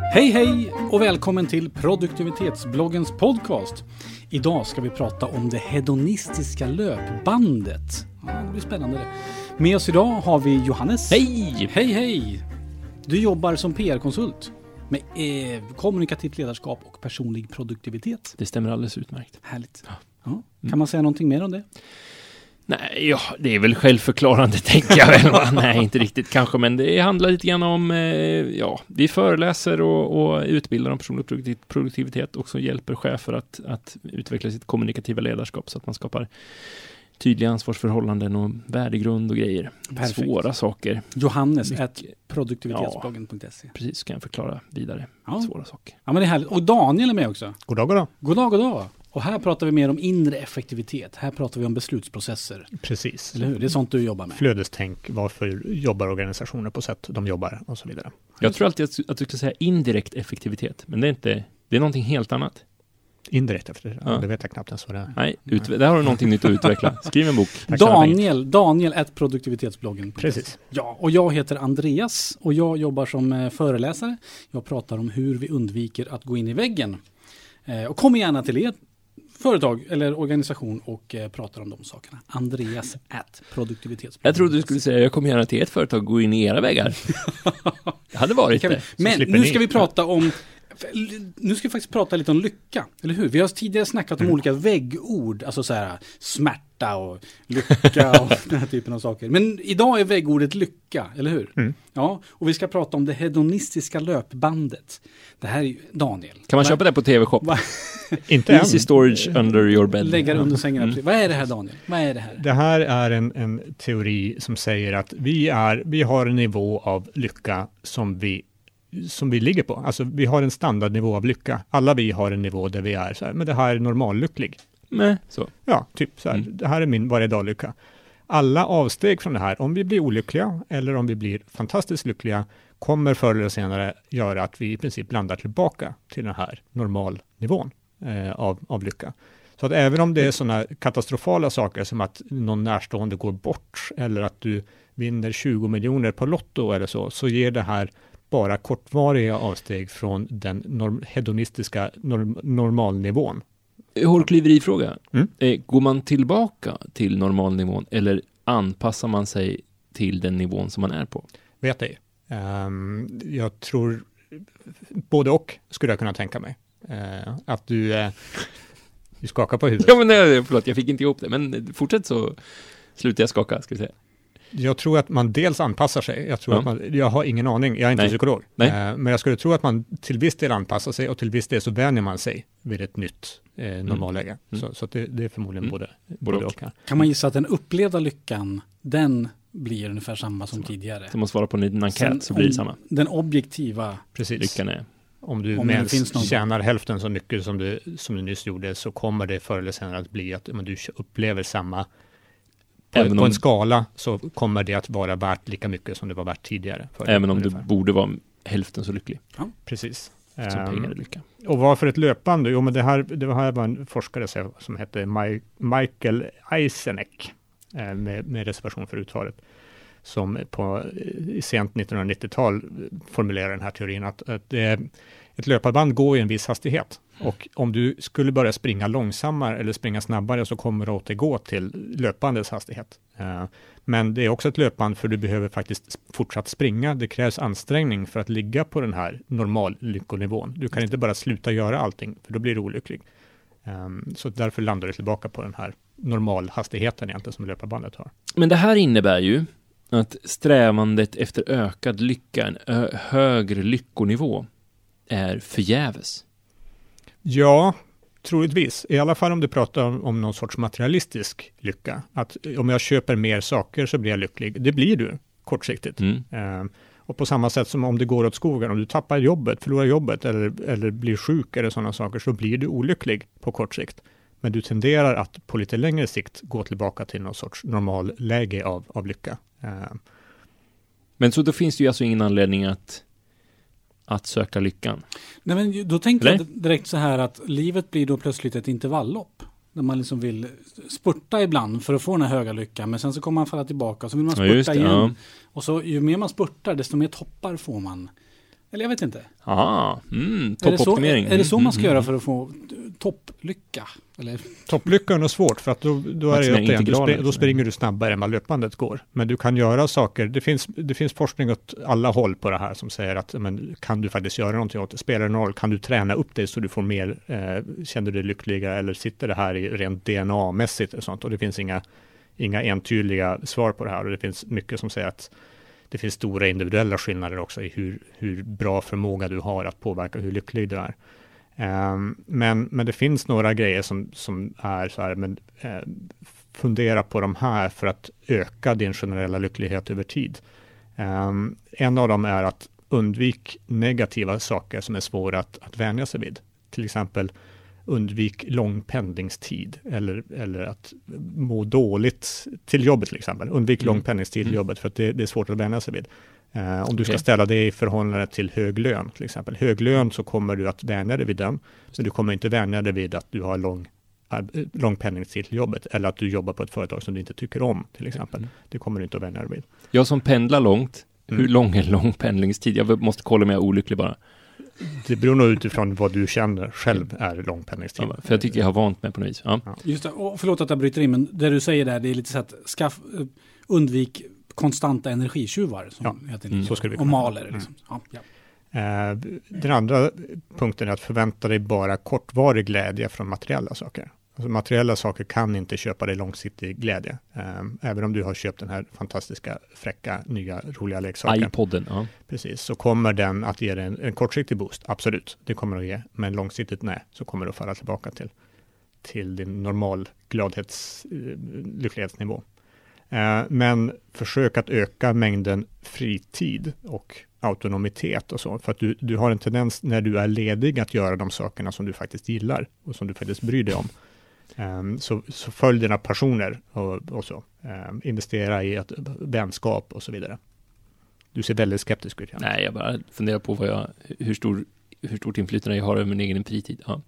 Hej och välkommen till Produktivitetsbloggens podcast. Idag ska vi prata om det hedonistiska löpbandet. Ja, det blir spännande det. Med oss idag har vi Johannes. Hej! Hej! Du jobbar som PR-konsult med kommunikativt ledarskap och personlig produktivitet. Det stämmer alldeles utmärkt. Härligt. Ja. Kan man säga någonting mer om det? Nej, ja, det är väl självförklarande tänker jag väl. Va? Nej, inte riktigt kanske, men det handlar lite grann om, vi föreläser och utbildar om personlig produktivitet och så hjälper chefer att utveckla sitt kommunikativa ledarskap så att man skapar tydliga ansvarsförhållanden och värdegrund och grejer. Perfekt. Svåra saker. Johannes @produktivitetsbloggen.se. Precis, kan jag förklara vidare. Svåra saker. Ja, men det är härligt. Och Daniel är med också. God dag. God dag. Och här pratar vi mer om inre effektivitet. Här pratar vi om beslutsprocesser. Precis. Eller hur? Det är sånt du jobbar med. Flödestänk, varför jobbar organisationer på sätt de jobbar och så vidare. Jag tror alltid att du ska säga indirekt effektivitet, men det är inte, det är någonting helt annat. Indirekt effektivitet? Ja. Det vet jag knappt ens vad det är. Nej, där har du någonting nytt att utveckla. Skriv en bok. Daniel @produktivitetsbloggen. Precis. Ja, och jag heter Andreas och jag jobbar som föreläsare. Jag pratar om hur vi undviker att gå in i väggen. Och kom gärna till er företag eller organisation och pratar om de sakerna. Andreas @produktivitetsbloggen. Jag trodde du skulle säga jag kommer gärna till ett företag och gå in i era väggar. Det hade varit det. Men nu ska vi prata om faktiskt prata lite om lycka, eller hur? Vi har tidigare snackat om olika väggord, alltså så här smärta och lycka och den här typen av saker. Men idag är väggordet lycka, eller hur? Mm. Ja, och vi ska prata om det hedonistiska löpbandet. Det här är ju Daniel. Kan man köpa det på TV-shop? Inte Easy storage under your bed. Lägga under sängen. Vad är det här, Daniel? Vad är det här? Det här är en teori som säger att vi har en nivå av lycka som vi ligger på. Alltså vi har en standardnivå av lycka. Alla vi har en nivå där vi är så här, men det här är normallycklig. Nej, så. Ja, typ så här. Det här är min varje dag lycka. Alla avsteg från det här, om vi blir olyckliga eller om vi blir fantastiskt lyckliga, kommer förr eller senare göra att vi i princip landar tillbaka till den här normalnivån av lycka. Så att även om det är sådana katastrofala saker som att någon närstående går bort eller att du vinner 20 miljoner på Lotto eller så ger det här bara kortvariga avsteg från den hedonistiska normalnivån. Hårklyverifråga. Går man tillbaka till normalnivån eller anpassar man sig till den nivån som man är på? Vet ej. Jag tror både och skulle jag kunna tänka mig. Att du skakar på huvudet. Ja, men förlåt, jag fick inte ihop det. Men fortsätt så slutar jag skaka, ska vi säga. Jag tror att man dels anpassar sig. Jag har ingen aning, jag är inte psykolog. Men jag skulle tro att man till viss del anpassar sig och till viss del så vänjer man sig vid ett nytt normalläge. Så att det är förmodligen både och. Kan man gissa att den upplevda lyckan, den blir ungefär samma som tidigare? Som man svarar på en enkät så blir det samma. Den objektiva lyckan är. Om du tjänar hälften så mycket som du nyss gjorde så kommer det förr eller senare att bli att du upplever samma. På en skala så kommer det att vara värt lika mycket som det var värt tidigare. Även om du borde vara hälften så lycklig. Ja, precis. Som pengar är lycka. Och varför ett löpande? Jo, men det här var en forskare som hette Michael Eisenek med reservation för uttalet. Som i sent 1990-tal formulerade den här teorin att ett löparband går i en viss hastighet. Och om du skulle börja springa långsammare eller springa snabbare så kommer du återgå till löpandets hastighet. Men det är också ett löpband för du behöver faktiskt fortsatt springa. Det krävs ansträngning för att ligga på den här normal lyckonivån. Du kan inte bara sluta göra allting för då blir du olycklig. Så därför landar du tillbaka på den här normalhastigheten egentligen som löparbandet har. Men det här innebär ju att strävandet efter ökad lycka, en högre lyckonivå, är förgäves. Ja, troligtvis. I alla fall om du pratar om någon sorts materialistisk lycka. Att om jag köper mer saker så blir jag lycklig. Det blir du kortsiktigt. Och på samma sätt som om det går åt skogen, om du tappar jobbet, förlorar jobbet eller blir sjuk eller sådana saker så blir du olycklig på kort sikt. Men du tenderar att på lite längre sikt gå tillbaka till någon sorts normalläge av lycka. Men så då finns det ju alltså ingen anledning att söka lyckan. Nej, men då tänker jag direkt så här att livet blir då plötsligt ett intervalllopp. Där man liksom vill spurta ibland för att få den här höga lyckan. Men sen så kommer man falla tillbaka och så vill man spurta igen. Ja. Och så ju mer man spurtar desto mer toppar får man. Eller jag vet inte. Toppoptimering. Är det så man ska göra för att få topplycka? Eller? Topplycka är nog svårt för att då är det då springer du snabbare än vad löpandet går. Men du kan göra saker. Det finns forskning åt alla håll på det här som säger att kan du faktiskt göra någonting åt det? Spelar det någon roll? Kan du träna upp dig så du får mer, känner du dig lyckliga eller sitter det här i rent DNA-mässigt och sånt? Och det finns inga entydiga svar på det här och det finns mycket som säger att det finns stora individuella skillnader också i hur bra förmåga du har att påverka hur lycklig du är. Men det finns några grejer som är så här, fundera på de här för att öka din generella lycklighet över tid. En av dem är att undvik negativa saker som är svåra att vänja sig vid. Till exempel undvik lång pendlingstid eller att må dåligt till jobbet till exempel. Undvik lång pendlingstid till jobbet för att det är svårt att vänja sig vid. Om du ska ställa det i förhållande till hög lön till exempel. Hög lön så kommer du att vänja dig vid den. Men du kommer inte vänja dig vid att du har lång pendlingstid till jobbet eller att du jobbar på ett företag som du inte tycker om till exempel. Det kommer du inte att vänja dig vid. Jag som pendlar långt, hur lång är lång pendlingstid? Jag måste kolla om jag är olycklig bara. Det beror nog utifrån vad du känner själv är lång pendlingstid. Ja, för jag tycker jag har vant mig på något vis. Ja. Just det, och förlåt att jag bryter in, men det du säger där, det är lite så att undvik konstanta energitjuvar som så skulle vi och maler. Liksom. Den andra punkten är att förvänta dig bara kortvarig glädje från materiella saker. Alltså materiella saker kan inte köpa dig långsiktig glädje. Även om du har köpt den här fantastiska, fräcka, nya, roliga leksaken. iPodden, ja. Precis, så kommer den att ge dig en kortsiktig boost. Absolut, det kommer att ge. Men långsiktigt nej, så kommer du att falla tillbaka till din normal lycklighetsnivå. Men försök att öka mängden fritid och autonomitet och så. För att du har en tendens när du är ledig att göra de sakerna som du faktiskt gillar och som du faktiskt bryr dig om. Så följ dina passioner och så. Investera i vänskap och så vidare. Du ser väldigt skeptisk ut. Nej, jag bara funderar på hur stort inflytande jag har över min egen fritid. Ja.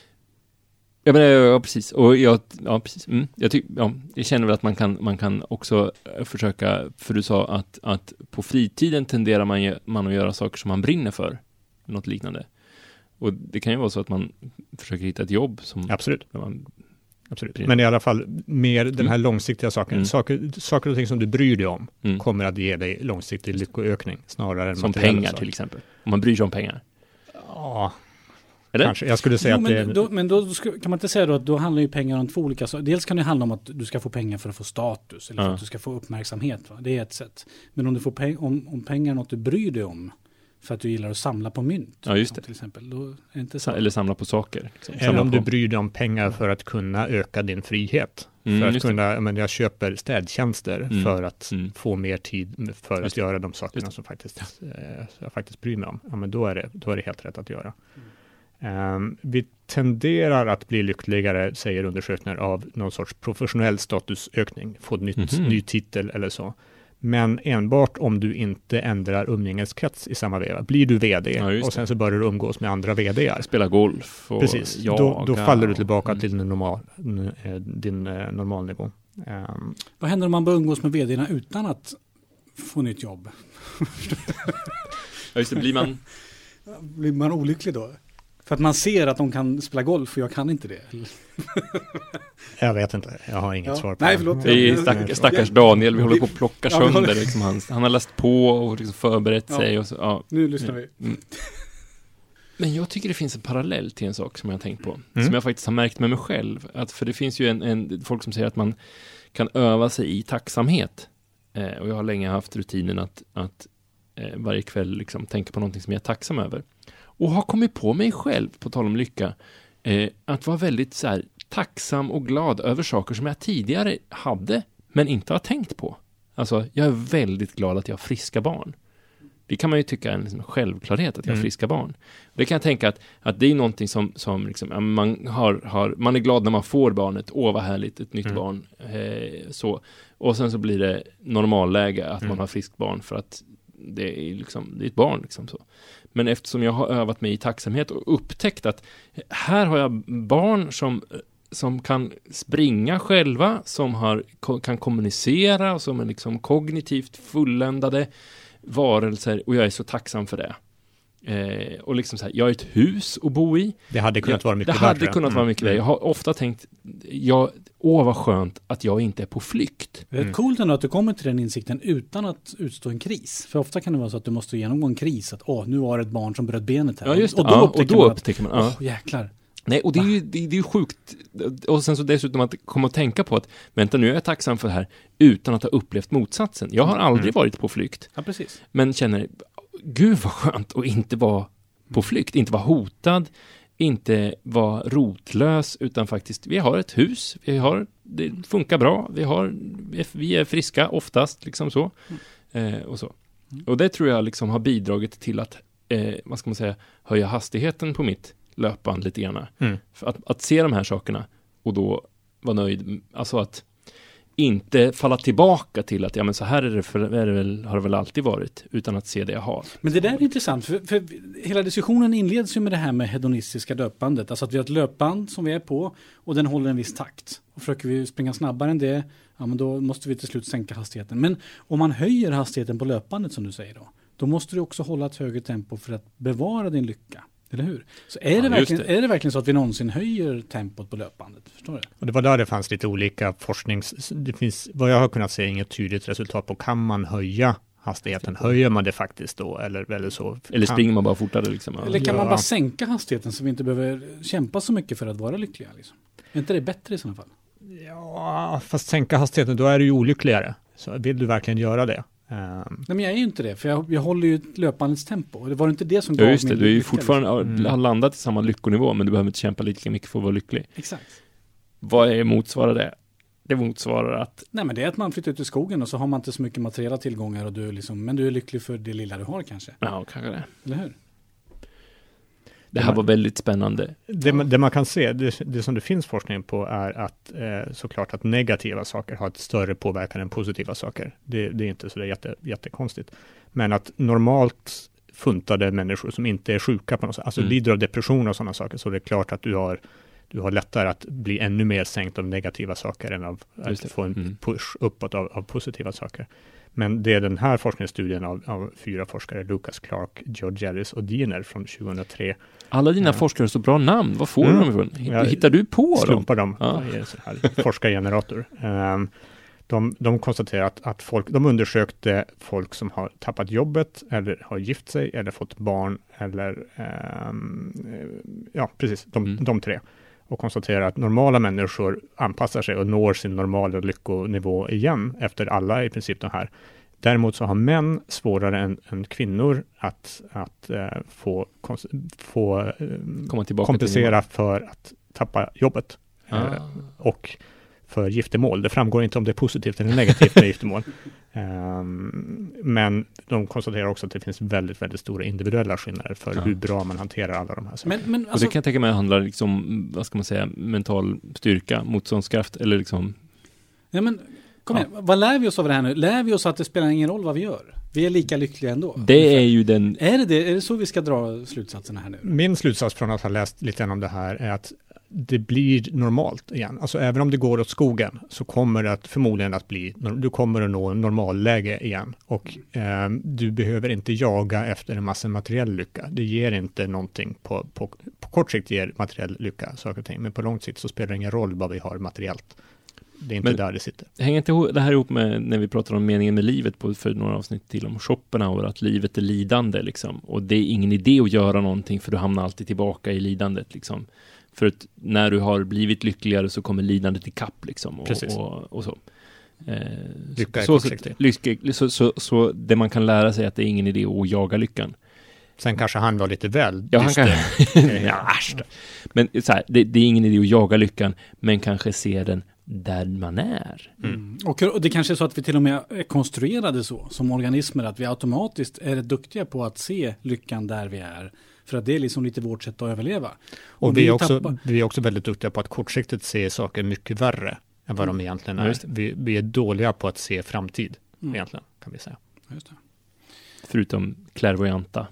Ja, precis. Och jag känner väl att man kan också försöka, för du sa att på fritiden tenderar man att göra saker som man brinner för. Något liknande. Och det kan ju vara så att man försöker hitta ett jobb som... Absolut. Men i alla fall mer den här långsiktiga saken. Saker och ting som du bryr dig om kommer att ge dig långsiktig lyckoökning snarare än som pengar till exempel. Om man bryr sig om pengar. Ja. Eller? Kanske. Jag skulle säga men då kan man inte säga då att då handlar ju pengar om två olika saker. Dels kan det handla om att du ska få pengar för att få status eller för att du ska få uppmärksamhet. Va? Det är ett sätt. Men om du får om pengar är något du bryr dig om för att du gillar att samla på mynt. Ja, just det. Till exempel. Då är det inte så. Eller samla på saker. Liksom. Eller om du bryr dig om pengar för att kunna öka din frihet. För att kunna, jag köper städtjänster för att få mer tid för att göra de sakerna som jag faktiskt bryr mig om. Ja, men då är det helt rätt att göra. Vi tenderar att bli lyckligare, säger undersökningar, av någon sorts professionell statusökning. Få ny titel eller så. Men enbart om du inte ändrar umgängeskrets i samma veva. Blir du vd och sen så börjar du umgås med andra vd:ar. Spela golf och precis. Då faller du tillbaka till din normalnivå. Vad händer om man börjar umgås med vd:arna utan att få nytt jobb? Ja, just det. Blir man olycklig då? För att man ser att de kan spela golf och jag kan inte det. Jag vet inte. Jag har inget svar på det. Nej, förlåt. Det är stackars Daniel. Vi håller på att plocka sönder. Liksom, han har läst på och liksom förberett sig. Och så, ja. Nu lyssnar vi. Men jag tycker det finns en parallell till en sak som jag har tänkt på. Som jag faktiskt har märkt med mig själv. För det finns ju folk som säger att man kan öva sig i tacksamhet. Och jag har länge haft rutinen att varje kväll liksom tänka på någonting som jag är tacksam över. Och har kommit på mig själv, på tal om lycka, att vara väldigt så här, tacksam och glad över saker som jag tidigare hade, men inte har tänkt på. Alltså, jag är väldigt glad att jag har friska barn. Det kan man ju tycka är en liksom självklarhet att jag har friska barn. Det kan jag tänka att det är någonting som liksom, man är glad när man får barnet. Åh, vad härligt, ett nytt barn. Så. Och sen så blir det normalläge att man har friskt barn för att det är ett barn liksom så. Men eftersom jag har övat mig i tacksamhet och upptäckt att här har jag barn som kan springa själva, som kan kommunicera, som är liksom kognitivt fulländade varelser, och jag är så tacksam för det. Och liksom så här, jag har ett hus att bo i. Det hade kunnat vara mycket Det värre. hade kunnat vara mycket värre. Jag har ofta tänkt, vad skönt att jag inte är på flykt. Det är coolt ändå att du kommer till den insikten utan att utstå en kris. För ofta kan det vara så att du måste genomgå en kris. Att nu var det ett barn som bröt benet här. Ja, just det. Och då upptäcker man att, jäklar. Nej, och det är ju sjukt. Och sen så dessutom att komma och tänka på att vänta, nu är jag tacksam för det här utan att ha upplevt motsatsen. Jag har aldrig varit på flykt. Ja, precis. Men känner, gud vad skönt att inte vara på flykt, inte vara hotad, inte vara rotlös, utan faktiskt, vi har ett hus, det funkar bra, vi är friska oftast, liksom så. Och så. Och det tror jag liksom har bidragit till att, vad ska man säga, höja hastigheten på mitt löpband lite grann. För att se de här sakerna och då vara nöjd, alltså att inte falla tillbaka till att men så här har det väl alltid varit, utan att se det jag har. Men det där är intressant, för hela diskussionen inleds ju med det här med hedonistiska löpbandet. Alltså att vi har ett löpband som vi är på och den håller en viss takt. Och försöker vi springa snabbare än det, men då måste vi till slut sänka hastigheten. Men om man höjer hastigheten på löpbandet som du säger då måste du också hålla ett högre tempo för att bevara din lycka. Eller hur? Så är det verkligen så att vi någonsin höjer tempot på löpbandet? Förstår du? Och det var där det fanns lite olika det finns, vad jag har kunnat se, inget tydligt resultat på. Kan man höja hastigheten? Höjer man det faktiskt då? Eller så? Eller springer man bara fortare liksom? Eller kan man bara sänka hastigheten så vi inte behöver kämpa så mycket för att vara lyckliga? Liksom? Är inte det bättre i sådana fall? Ja, fast sänka hastigheten, då är du ju olyckligare. Så vill du verkligen göra det? Nej, men jag är ju inte det, för jag håller ju löpandets tempo. Det var inte det som gav just det, min du är ju lycka, fortfarande har landat i samma lyckonivå, men du behöver inte kämpa lika mycket för att vara lycklig. Exakt. Vad motsvarar det? Det motsvarar att... Nej, men det är att man flyttar ut i skogen och så har man inte så mycket materiella tillgångar och men du är lycklig för det lilla du har kanske. Ja, kanske det. Eller hur? Det här var väldigt spännande. Det man kan se, det som det finns forskning på är att såklart att negativa saker har ett större påverkan än positiva saker. Det är inte så jättekonstigt. Men att normalt funtade människor som inte är sjuka på något sätt, alltså lider av depression och sådana saker, så det är klart att du har lättare att bli ännu mer sänkt av negativa saker än av att få en push uppåt av positiva saker. Men det är den här forskningsstudien av 4 forskare, Lucas, Clark, Georgelis och Diener från 2003. Alla dina forskare har så bra namn. Vad får de ifrån? Hittar du på dem? Slumpar dem i en sån här forskargenerator. De konstaterar att de undersökte folk som har tappat jobbet eller har gift sig eller fått barn eller precis, de 3. Och konstaterar att normala människor anpassar sig och når sin normala lyckonivå igen efter alla i princip de här. Däremot så har män svårare än kvinnor att få komma tillbaka kompensera för att tappa jobbet och för giftermål. Det framgår inte om det är positivt eller negativt med giftermål. Men de konstaterar också att det finns väldigt, väldigt stora individuella skillnader för hur bra man hanterar alla de här sakerna. Men alltså, och det kan jag tänka mig handlar liksom, vad ska man säga, mental styrka, motståndskraft eller liksom... Ja, men kom igen, vad lär vi oss av det här nu? Lär vi oss att det spelar ingen roll vad vi gör? Vi är lika lyckliga ändå. Det är ju den... Är det så vi ska dra slutsatserna här nu? Min slutsats från att ha läst lite om det här är att det blir normalt igen. Alltså även om det går åt skogen så kommer det förmodligen att du kommer att nå en normalläge igen. Och du behöver inte jaga efter en massa materiell lycka. Det ger inte någonting på kort sikt ger materiell lycka, saker och ting. Men på lång sikt så spelar det ingen roll vad vi har materiellt. Det är inte där det sitter. Hänger inte det här ihop med när vi pratar om meningen med livet för några avsnitt till om Schopenhauer, att livet är lidande liksom. Och det är ingen idé att göra någonting för du hamnar alltid tillbaka i lidandet liksom. För att när du har blivit lyckligare så kommer lidandet i kapp liksom. Och så. Lycka är kortsiktigt. Så det man kan lära sig är att det är ingen idé att jaga lyckan. Sen kanske han var lite väl Men så här, det är ingen idé att jaga lyckan, men kanske se den där man är. Och det kanske är så att vi till och med är konstruerade så som organismer, att vi automatiskt är duktiga på att se lyckan där vi är. För att det är liksom lite vårt sätt att överleva. Och vi är också väldigt duktiga på att kortsiktigt se saker mycket värre än vad de egentligen är. Vi är dåliga på att se framtid egentligen, kan vi säga. Just det. Förutom klärvoajanta.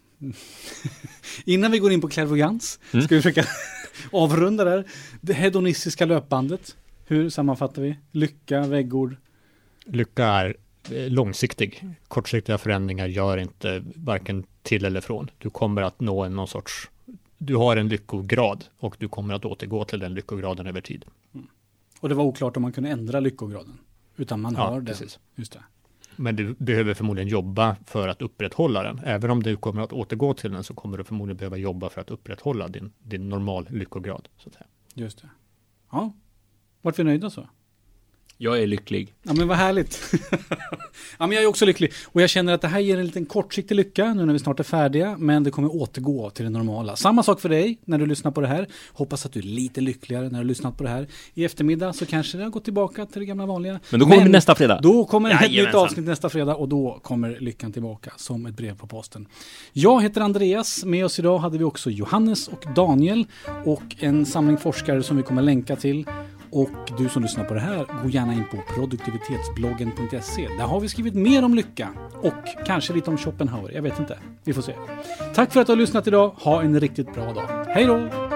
Innan vi går in på klärvoajans ska vi försöka avrunda där. Det hedonistiska löpbandet. Hur sammanfattar vi? Lycka, väggord. Lycka är långsiktig. Kortsiktiga förändringar gör inte varken till eller från. Du kommer att nå någon sorts, du har en lyckograd och du kommer att återgå till den lyckograden över tid. Och det var oklart om man kunde ändra lyckograden. Utan man har den. Precis. Just det. Men du behöver förmodligen jobba för att upprätthålla den. Även om du kommer att återgå till den så kommer du förmodligen behöva jobba för att upprätthålla din normal lyckograd. Så att säga. Just det. Ja, vart vi nöjda så? Jag är lycklig. Ja, men vad härligt. Ja, men jag är också lycklig. Och jag känner att det här ger en liten kortsiktig lycka nu när vi snart är färdiga. Men det kommer återgå till det normala. Samma sak för dig när du lyssnar på det här. Hoppas att du är lite lyckligare när du lyssnat på det här. I eftermiddag så kanske det har gått tillbaka till det gamla vanliga. Men då kommer vi nästa fredag. Då kommer ett nytt avsnitt nästa fredag. Och då kommer lyckan tillbaka som ett brev på posten. Jag heter Andreas. Med oss idag hade vi också Johannes och Daniel. Och en samling forskare som vi kommer länka till. Och du som lyssnar på det här, gå gärna in på produktivitetsbloggen.se. Där har vi skrivit mer om lycka och kanske lite om Schopenhauer. Jag vet inte. Vi får se. Tack för att du har lyssnat idag. Ha en riktigt bra dag. Hej då!